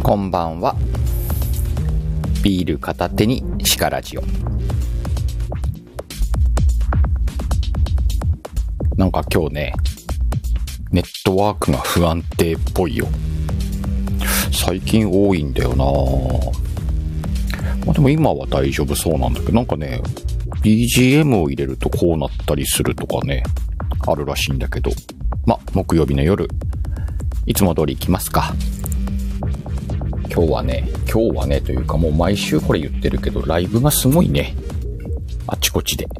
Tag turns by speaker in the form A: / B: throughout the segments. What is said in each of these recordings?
A: こんばんは。ビール片手にシカラジオ。なんか今日ね、ネットワークが不安定っぽいよ。最近多いんだよな。まあ、でも今は大丈夫そうなんだけど、なんかね BGM を入れるとこうなったりするとかね、あるらしいんだけど、まあ木曜日の夜いつも通り行きますか。今日はねというか、もう毎週これ言ってるけど、ライブがすごいね、あちこちで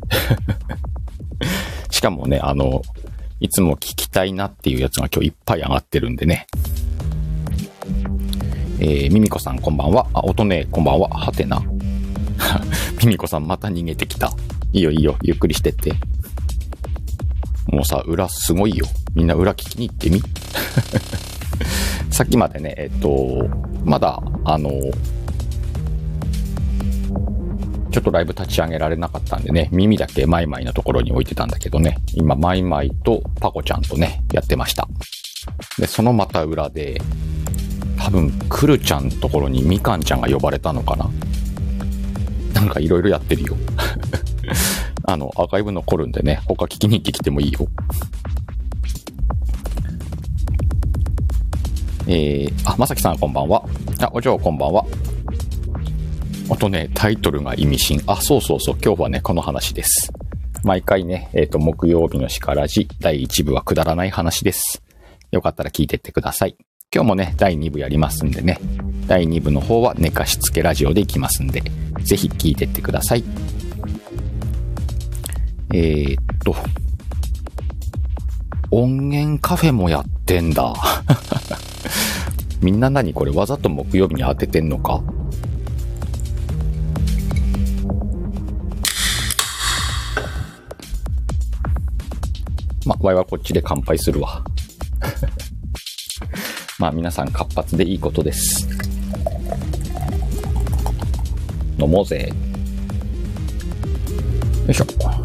A: しかもね、いつも聞きたいなっていうやつが今日いっぱい上がってるんでね。ミミコさんこんばんは。音ね、こんばんは。はてなミミコさんまた逃げてきた。いいよゆっくりしてって。もうさ、裏すごいよ。みんな裏聞きに行ってみさっきまでね、まだちょっとライブ立ち上げられなかったんでね、耳だけマイマイのところに置いてたんだけどね、今マイマイとパコちゃんとねやってました。でそのまた裏で、多分クルちゃんのところにみかんちゃんが呼ばれたのかな。なんかいろいろやってるよアーカイブ残るんでね、他聞きに行ってきてもいいよ。まさきさんこんばんは。お嬢こんばんは。タイトルが意味深。そう今日はねこの話です。毎回ね、木曜日のシカラジ第1部はくだらない話です。よかったら聞いてってください。今日もね第2部やりますんでね、第2部の方は寝かしつけラジオでいきますんで、ぜひ聞いてってください。音源カフェもやってんだみんな何これ、わざと木曜日に当ててんのか。わいはこっちで乾杯するわ皆さん活発でいいことです。飲もうぜ。よいしょ。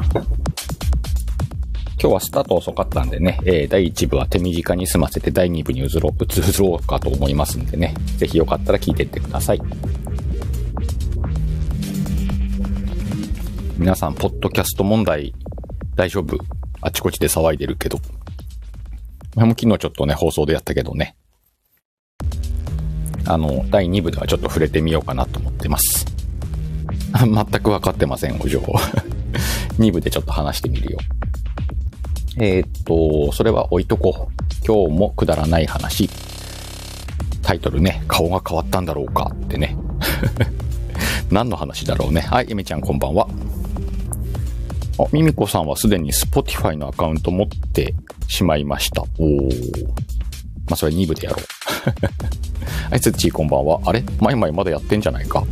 A: 今日はスタート遅かったんでね、第1部は手短に済ませて第2部に移ろうかと思いますんでね、ぜひよかったら聞いていってください。皆さんポッドキャスト問題大丈夫？あちこちで騒いでるけど、昨日ちょっとね放送でやったけどね、第2部ではちょっと触れてみようかなと思ってます全く分かってませんお嬢2部でちょっと話してみるよ。それは置いとこう。今日もくだらない話。タイトルね、顔が変わったんだろうかってね何の話だろうね。はい、ゆめちゃんこんばんは。ミミコさんはすでに Spotify のアカウント持ってしまいました。それ2部でやろうはい、つっちーこんばんは。あれ、マイマイまだやってんじゃないか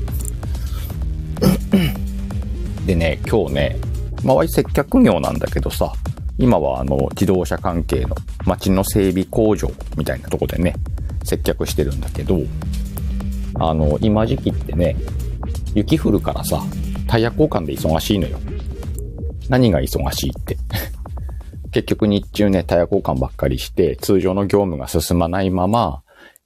A: でね、今日ね、わい接客業なんだけどさ、今は自動車関係の街の整備工場みたいなとこでね接客してるんだけど、今時期ってね雪降るからさ、タイヤ交換で忙しいのよ。何が忙しいって結局日中ねタイヤ交換ばっかりして通常の業務が進まないまま、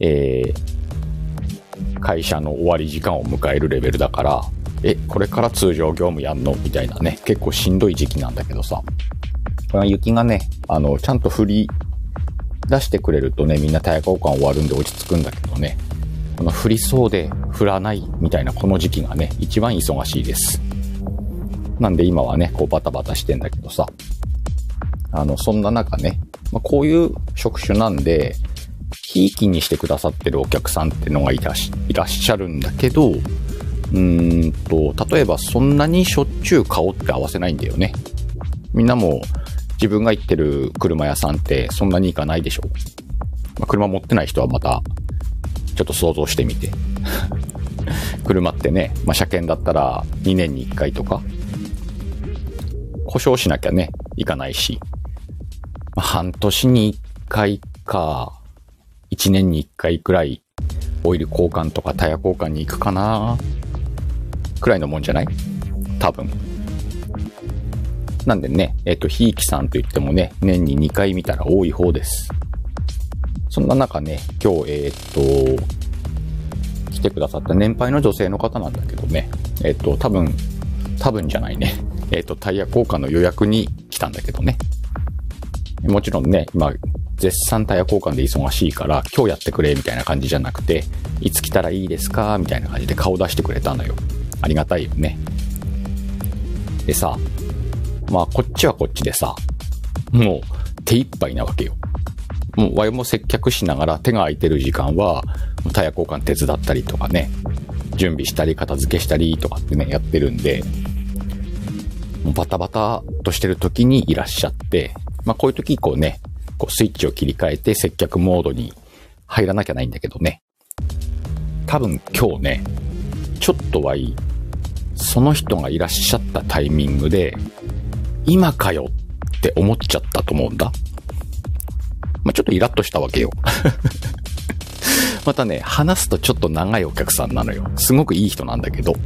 A: 会社の終わり時間を迎えるレベルだから、これから通常業務やんのみたいなね、結構しんどい時期なんだけどさ、雪がね、ちゃんと降り出してくれるとね、みんなタイヤ交換終わるんで落ち着くんだけどね、この降りそうで降らないみたいなこの時期がね、一番忙しいです。なんで今はね、こうバタバタしてんだけどさ、そんな中ね、こういう職種なんで、ひいきにしてくださってるお客さんってのがいらっしゃるんだけど、例えばそんなにしょっちゅう顔って合わせないんだよね。みんなも自分が行ってる車屋さんってそんなに行かないでしょ。車持ってない人はまたちょっと想像してみて車ってね、車検だったら2年に1回とか、故障しなきゃね行かないし、半年に1回か1年に1回くらいオイル交換とかタイヤ交換に行くかなくらいのもんじゃない？多分。なんでね、ひいきさんといってもね、年に2回見たら多い方です。そんな中ね、今日来てくださった年配の女性の方なんだけどね、多分じゃないね。タイヤ交換の予約に来たんだけどね。もちろんね、今、絶賛タイヤ交換で忙しいから、今日やってくれみたいな感じじゃなくて、いつ来たらいいですかみたいな感じで顔出してくれたのよ。ありがたいよね。でさ、まあこっちはこっちでさ、もう手一杯なわけよ。もうワイも接客しながら手が空いてる時間は、タイヤ交換手伝ったりとかね、準備したり片付けしたりとかってね、やってるんで、もうバタバタとしてる時にいらっしゃって、まあこういう時こうね、こうスイッチを切り替えて接客モードに入らなきゃないんだけどね。多分今日ね、ちょっとその人がいらっしゃったタイミングで、今かよって思っちゃったと思うんだ。まあ、ちょっとイラッとしたわけよ。またね、話すとちょっと長いお客さんなのよ。すごくいい人なんだけど。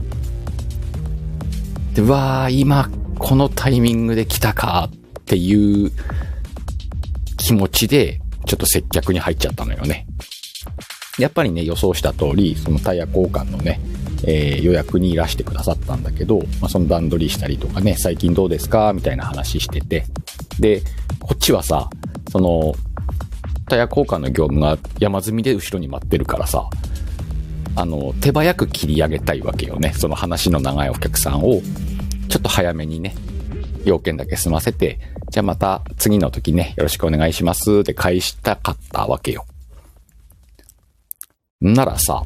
A: で、今このタイミングで来たかっていう気持ちでちょっと接客に入っちゃったのよね。やっぱりね、予想した通り、そのタイヤ交換のね、予約にいらしてくださったんだけど、まあ、その段取りしたりとかね、最近どうですかみたいな話してて。で、こっちはさ、その、タイヤ交換の業務が山積みで後ろに待ってるからさ、手早く切り上げたいわけよね。その話の長いお客さんを、ちょっと早めにね、要件だけ済ませて、じゃあまた次の時ね、よろしくお願いしますって返したかったわけよ。ならさ、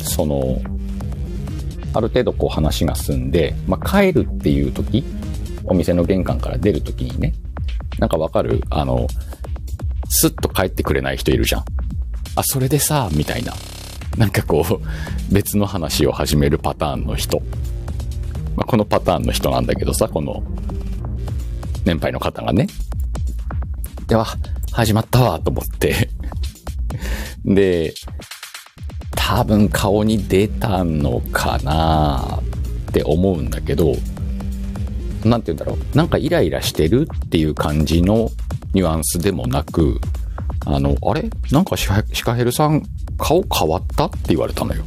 A: ある程度こう話が済んで、まあ、帰るっていう時、お店の玄関から出る時にね、なんかわかる？スッと帰ってくれない人いるじゃん。あ、それでさ、みたいな。なんかこう、別の話を始めるパターンの人。まあ、このパターンの人なんだけどさ、この、年配の方がね。では、始まったわ、と思って。で、多分顔に出たのかなって思うんだけど、なんて言うんだろう。なんかイライラしてるっていう感じのニュアンスでもなく、あれなんかシカヘルさん顔変わったって言われたのよ。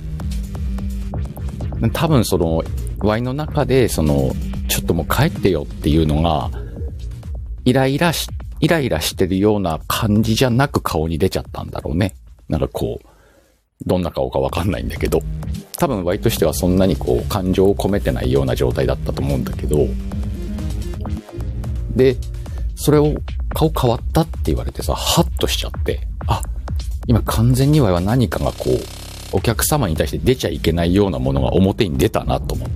A: 多分ワイの中でちょっともう帰ってよっていうのが、イライラしてるような感じじゃなく顔に出ちゃったんだろうね。なんかこう、どんな顔かわかんないんだけど、多分ワイとしてはそんなにこう感情を込めてないような状態だったと思うんだけど、で、それを顔変わったって言われてさ、ハッとしちゃって、あ、今完全にワイは何かがこう、お客様に対して出ちゃいけないようなものが表に出たなと思って。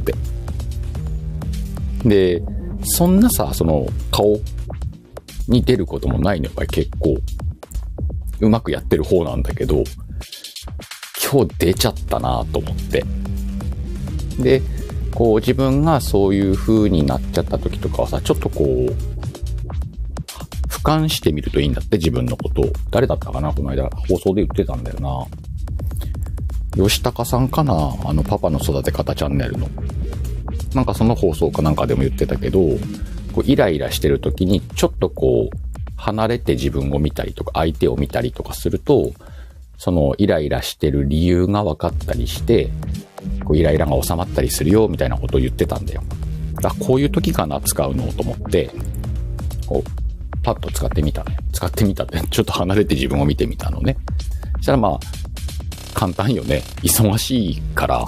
A: で、そんなさ、顔に出ることもないのよ、結構。うまくやってる方なんだけど、今日出ちゃったなと思って。で、こう自分がそういう風になっちゃった時とかはさ、ちょっとこう、俯瞰してみるといいんだって、自分のことを。誰だったかなこの間放送で言ってたんだよな。吉高さんかな、パパの育て方チャンネルの。なんかその放送かなんかでも言ってたけど、こうイライラしてる時にちょっとこう離れて自分を見たりとか相手を見たりとかすると、そのイライラしてる理由が分かったりして、こうイライラが収まったりするよみたいなことを言ってたんだよ。こういう時かな使うのと思って、こうパッと使ってみたってちょっと離れて自分を見てみたのね。そしたらまあ簡単よね。忙しいから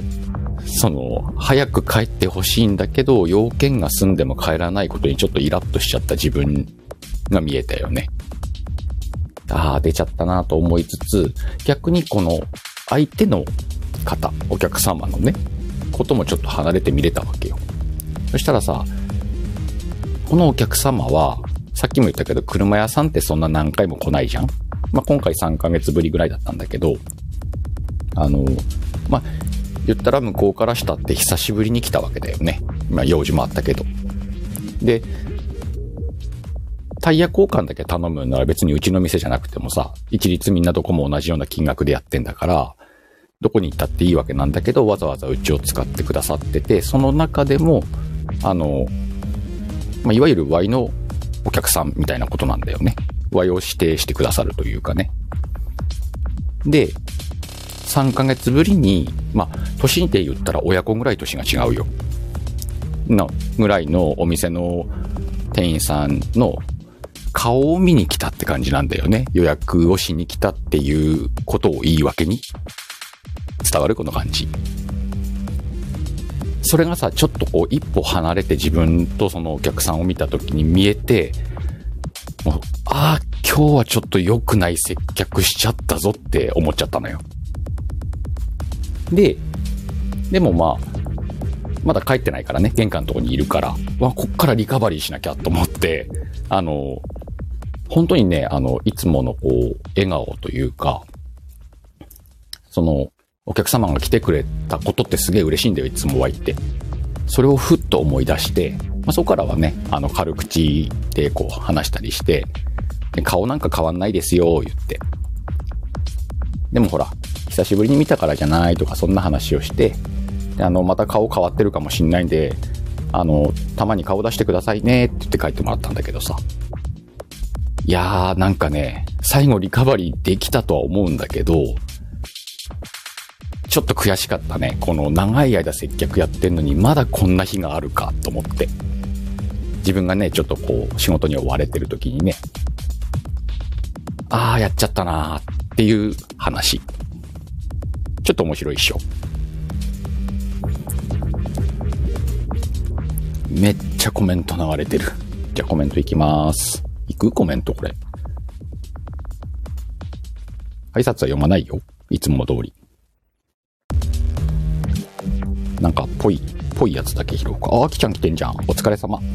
A: 早く帰ってほしいんだけど、要件が済んでも帰らないことにちょっとイラッとしちゃった自分が見えたよね。出ちゃったなと思いつつ、逆にこの相手の方、お客様のね、こともちょっと離れて見れたわけよ。そしたらさ、このお客様は、さっきも言ったけど、車屋さんってそんな何回も来ないじゃん。まあ、今回3ヶ月ぶりぐらいだったんだけど、まあ、言ったら向こうからしたって久しぶりに来たわけだよね。まあ用事もあったけど。で、タイヤ交換だけ頼むなら別にうちの店じゃなくてもさ、一律みんなどこも同じような金額でやってんだから、どこに行ったっていいわけなんだけど、わざわざうちを使ってくださってて、その中でも、まあ、いわゆる Y のお客さんみたいなことなんだよね。Y を指定してくださるというかね。で、 3ヶ月ぶりに、年で言ったら親子ぐらい年が違うよ。ぐらいのお店の店員さんの顔を見に来たって感じなんだよね。予約をしに来たっていうことを言い訳に。伝わるこの感じ。それがさ、ちょっとこう一歩離れて自分とそのお客さんを見た時に見えて、もう今日はちょっと良くない接客しちゃったぞって思っちゃったのよ。でもまだ帰ってないからね、玄関のとこにいるから、こっからリカバリーしなきゃと思って、本当にね、いつものこう、笑顔というか、その、お客様が来てくれたことってすげえ嬉しいんだよ、いつもは言って。それをふっと思い出して、そこからはね、軽口でこう話したりして、顔なんか変わんないですよ、言って。でもほら、久しぶりに見たからじゃないとか、そんな話をして、でまた顔変わってるかもしんないんで、たまに顔出してくださいねって言って帰ってもらったんだけどさ。いやー、なんかね、最後リカバリーできたとは思うんだけど、ちょっと悔しかったね。この長い間接客やってんのにまだこんな日があるかと思って。自分がね、ちょっとこう仕事に追われてる時にね、やっちゃったなーっていう話。ちょっと面白いっしょ。めっちゃコメント流れてる。じゃあコメントいきまーす。行く？コメントこれ。挨拶は読まないよ。いつもの通り。なんかぽいやつだけ拾うか。きちゃん来てんじゃん。お疲れ様。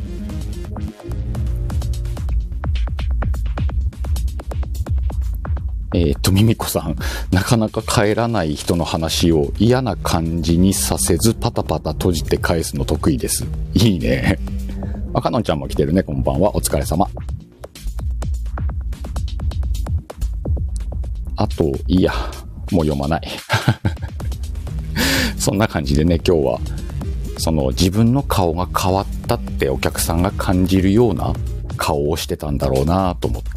A: ミミコさん、なかなか帰らない人の話を嫌な感じにさせずパタパタ閉じて返すの得意です。いいね。かのんちゃんも来てるね。こんばんは。お疲れ様。あと、いや、もう読まない。そんな感じでね、今日は、その自分の顔が変わったってお客さんが感じるような顔をしてたんだろうなと思って。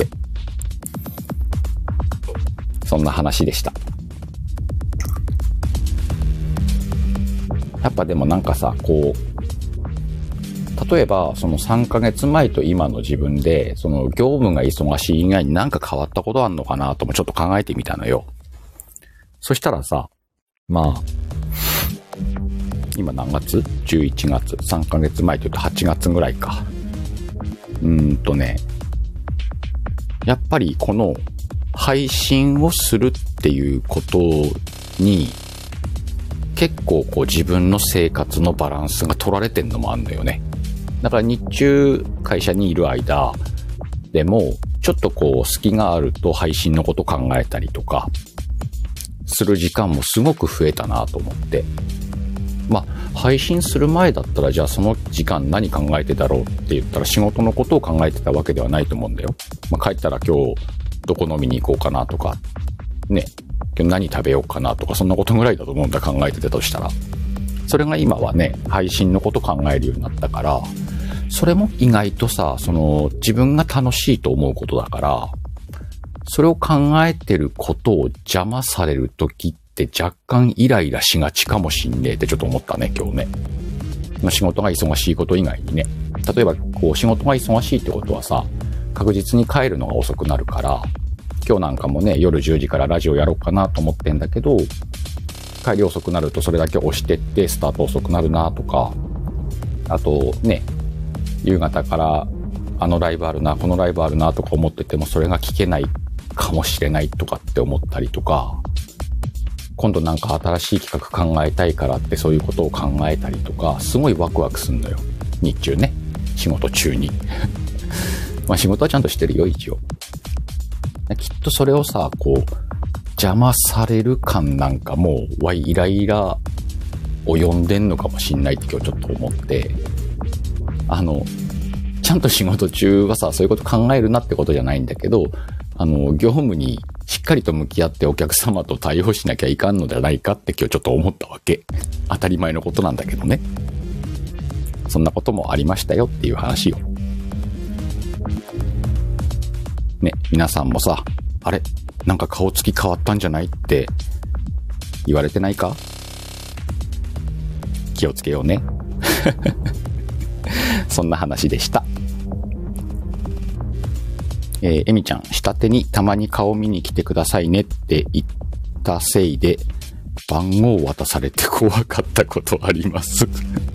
A: そんな話でした。やっぱでもなんかさ、こう、例えばその3ヶ月前と今の自分で、その業務が忙しい以外になんか変わったことあんのかなともちょっと考えてみたのよ。そしたらさ、今何月 ?11 月。3ヶ月前というと8月ぐらいか。やっぱりこの配信をするっていうことに結構こう自分の生活のバランスが取られてんのもあんのよね。だから日中会社にいる間でもちょっとこう隙があると配信のこと考えたりとかする時間もすごく増えたなと思って。配信する前だったらじゃあその時間何考えてだろうって言ったら仕事のことを考えてたわけではないと思うんだよ。帰ったら今日どこ飲みに行こうかなとか、ね、今日何食べようかなとかそんなことぐらいだと思うんだ、考えてたとしたら。それが今はね、配信のこと考えるようになったから、それも意外とさ、その自分が楽しいと思うことだから、それを考えてることを邪魔されるときって若干イライラしがちかもしんねえってちょっと思ったね、今日ね。仕事が忙しいこと以外にね。例えばこう仕事が忙しいってことはさ、確実に帰るのが遅くなるから、今日なんかもね、夜10時からラジオやろうかなと思ってんだけど、帰り遅くなるとそれだけ押してってスタート遅くなるなとか、あとね、夕方からあのライブあるな、このライブあるなとか思っててもそれが聞けないかもしれないとかって思ったりとか、今度なんか新しい企画考えたいからってそういうことを考えたりとか、すごいワクワクすんのよ。日中ね。仕事中に。仕事はちゃんとしてるよ、一応。きっとそれをさ、こう、邪魔される感なんかもう、イライラを呼んでんのかもしんないって今日ちょっと思って、ちゃんと仕事中はさ、そういうこと考えるなってことじゃないんだけど、業務にしっかりと向き合ってお客様と対応しなきゃいかんのではないかって今日ちょっと思ったわけ。当たり前のことなんだけどね。そんなこともありましたよっていう話よ。ね、皆さんもさ、あれなんか顔つき変わったんじゃないって言われてないか？気をつけようね。そんな話でした。エミちゃん、下手にたまに顔見に来てくださいねって言ったせいで、番号を渡されて怖かったことあります。あ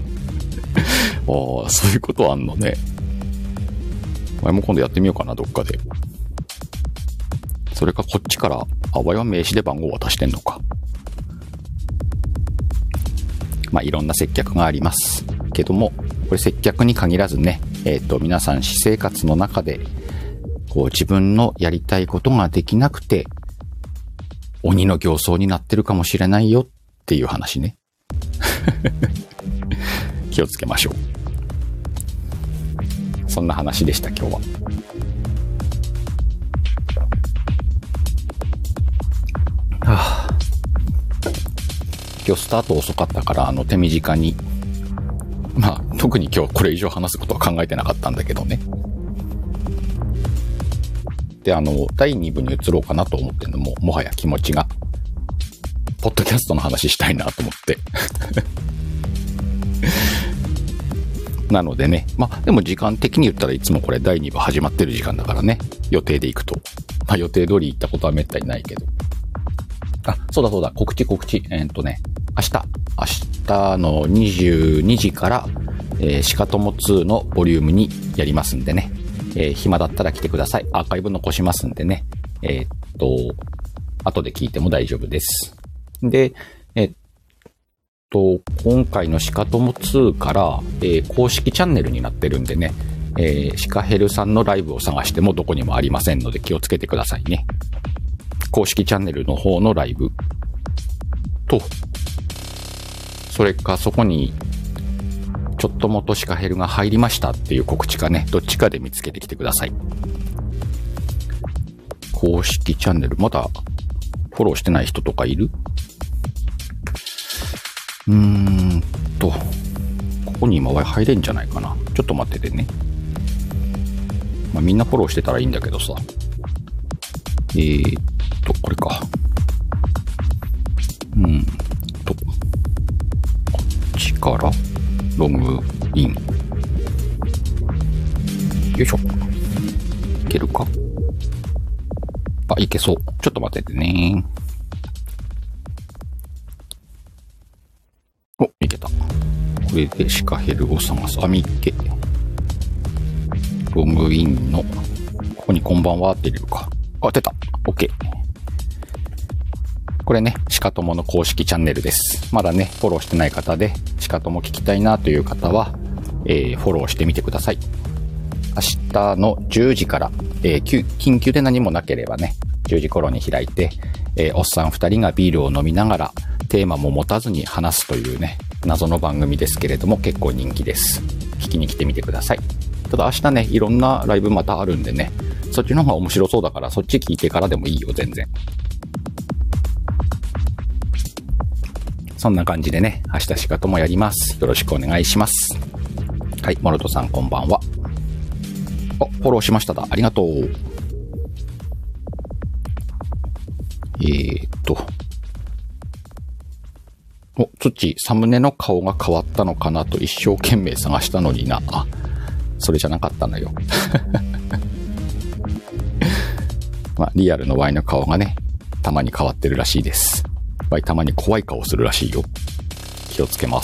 A: あ、そういうことあんのね。前も今度やってみようかな、どっかで。それかこっちから、ワイは名刺で番号を渡してんのか。まあ、いろんな接客がありますけども、これ接客に限らずね、皆さん私生活の中で、こう自分のやりたいことができなくて、鬼の形相になってるかもしれないよっていう話ね。気をつけましょう。そんな話でした、今日は。はあ、今日スタート遅かったから、手短に。まあ、特に今日これ以上話すことは考えてなかったんだけどね。で、第2部に移ろうかなと思ってるのも、もはや気持ちが、ポッドキャストの話したいなと思って。なのでね、まあ、でも時間的に言ったらいつもこれ第2部始まってる時間だからね、予定で行くと。まあ、予定通り行ったことはめったにないけど。あ、そうだそうだ、告知。明日の22時から、シカトモ2のボリュームにやりますんでね。暇だったら来てください。アーカイブ残しますんでね。後で聞いても大丈夫です。で、今回のシカトモ2から、公式チャンネルになってるんでね、シカヘルさんのライブを探してもどこにもありませんので気をつけてくださいね。公式チャンネルの方のライブと、それかそこにちょっともとシカヘルが入りましたっていう告知かね、どっちかで見つけてきてください。公式チャンネル、まだフォローしてない人とかいる？ここに今は入れんじゃないかな。ちょっと待っててね。まあ、みんなフォローしてたらいいんだけどさ。これか。こっちからログイン。よいしょ。いけるか？あ、いけそう。ちょっと待っててね。お、いけた。これでシカヘルを探す。見っけ。ログインの、ここにこんばんはって入れるか。あ、出た。OK。これね、シカトモの公式チャンネルです。まだね、フォローしてない方で、シカトモ聞きたいなという方は、フォローしてみてください。明日の10時から、緊急で何もなければね、10時頃に開いて、おっさん2人がビールを飲みながら、テーマも持たずに話すというね、謎の番組ですけれども、結構人気です。聞きに来てみてください。ただ明日ね、いろんなライブまたあるんでね、そっちの方が面白そうだから、そっち聞いてからでもいいよ、全然。そんな感じでね、明日シカトモやります。よろしくお願いします。はい、モルトさんこんばんは。フォローしましただ。ありがとう。ツッチー、サムネの顔が変わったのかなと一生懸命探したのにな。あ、それじゃなかったのよ。まあ、リアルの Y の顔がね、たまに変わってるらしいです。Y たまに怖い顔するらしいよ。気をつけます。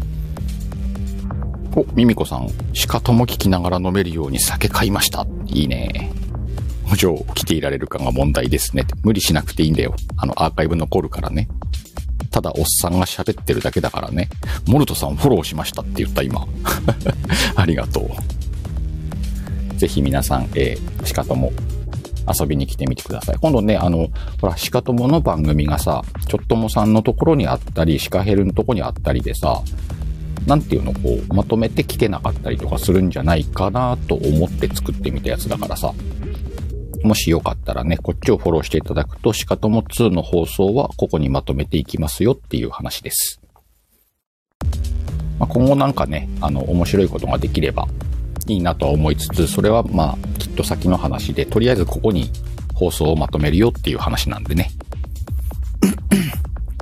A: ミミコさん、シカトモ聞きながら飲めるように酒買いました。いいね。お嬢、来ていられるかが問題ですね。無理しなくていいんだよ。アーカイブ残るからね。ただおっさんが喋ってるだけだからね。モルトさんフォローしましたって言った今。ありがとう。ぜひ皆さん、シカトモ遊びに来てみてください。今度ね、ほら、シカトモの番組がさ、ちょっともさんのところにあったり、シカヘルのところにあったりでさ、なんていうの、こう、まとめて聞けなかったりとかするんじゃないかなと思って作ってみたやつだからさ、もしよかったらね、こっちをフォローしていただくと、シカトモ2の放送はここにまとめていきますよっていう話です。まあ、今後なんかね、面白いことができればいいなとは思いつつ、それはまあ、きっと先の話で、とりあえずここに放送をまとめるよっていう話なんでね。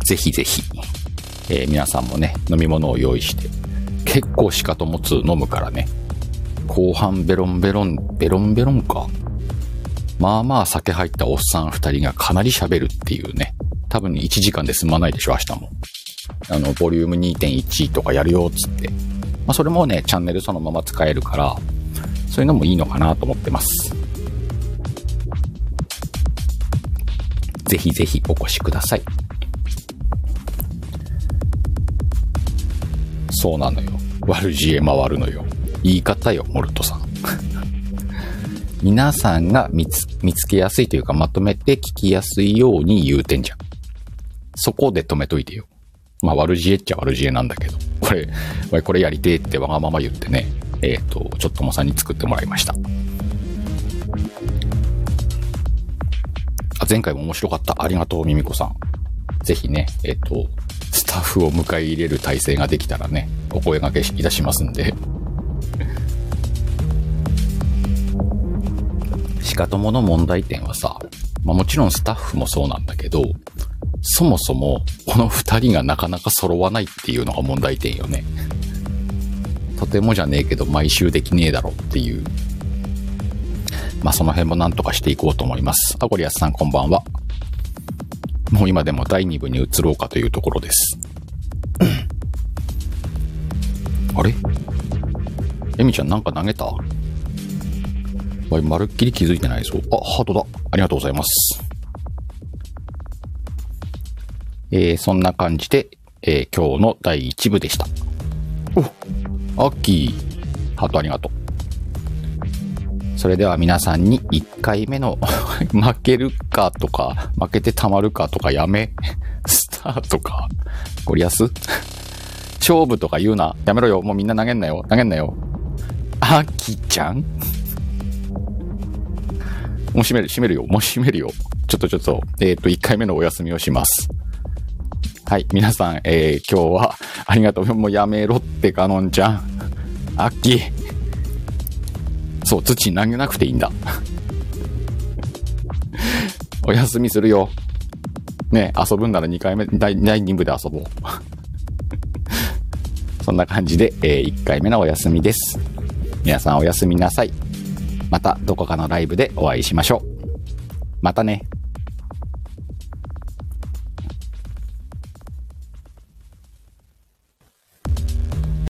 A: ぜひぜひ、皆さんもね、飲み物を用意して、結構しかともつ飲むからね、後半ベロンベロンか。まあまあ酒入ったおっさん2人がかなり喋るっていうね、多分1時間で済まないでしょ、明日も。ボリューム 2.1 とかやるよ、つって。まあそれもね、チャンネルそのまま使えるから、そういうのもいいのかなと思ってます。ぜひぜひお越しください。そうなのよ。悪知恵回るのよ。言い方よ、モルトさん。皆さんが見つけやすいというか、まとめて聞きやすいように言うてんじゃん。そこで止めといてよ。まあ悪知恵っちゃ悪知恵なんだけど。これやりてーってわがまま言ってね。ちょっともさんに作ってもらいました。前回も面白かった。ありがとう、ミミコさん。ぜひね、スタッフを迎え入れる体制ができたらね、お声掛けいたしますんで。しかともの問題点はさ、まあもちろんスタッフもそうなんだけど、そもそもこの二人がなかなか揃わないっていうのが問題点よね。とてもじゃねえけど毎週できねえだろっていう。まあその辺もなんとかしていこうと思います。ゴリアスさんこんばんは。もう今でも第2部に移ろうかというところです。あれ？エミちゃんなんか投げた？まるっきり気づいてないぞ。あ、ハートだ。ありがとうございます。そんな感じで、今日の第1部でした。お、アッキー、ハートありがとう。それでは皆さんに1回目の負けるかとか、負けてたまるかとかやめ、スタートか、ゴリアス勝負とか言うな。やめろよ。もうみんな投げんなよ。投げんなよ。アッキーちゃんもう閉めるよ。もう閉めるよ。ちょっと。1回目のお休みをします。はい。皆さん、今日は、ありがとう。もうやめろって、カノンちゃん。アッキー。そう、土投げなくていいんだ。お休みするよ。ね、遊ぶんなら2回目、第2部で遊ぼう。そんな感じで、1回目のお休みです。皆さんおやすみなさい。またどこかのライブでお会いしましょう。またね。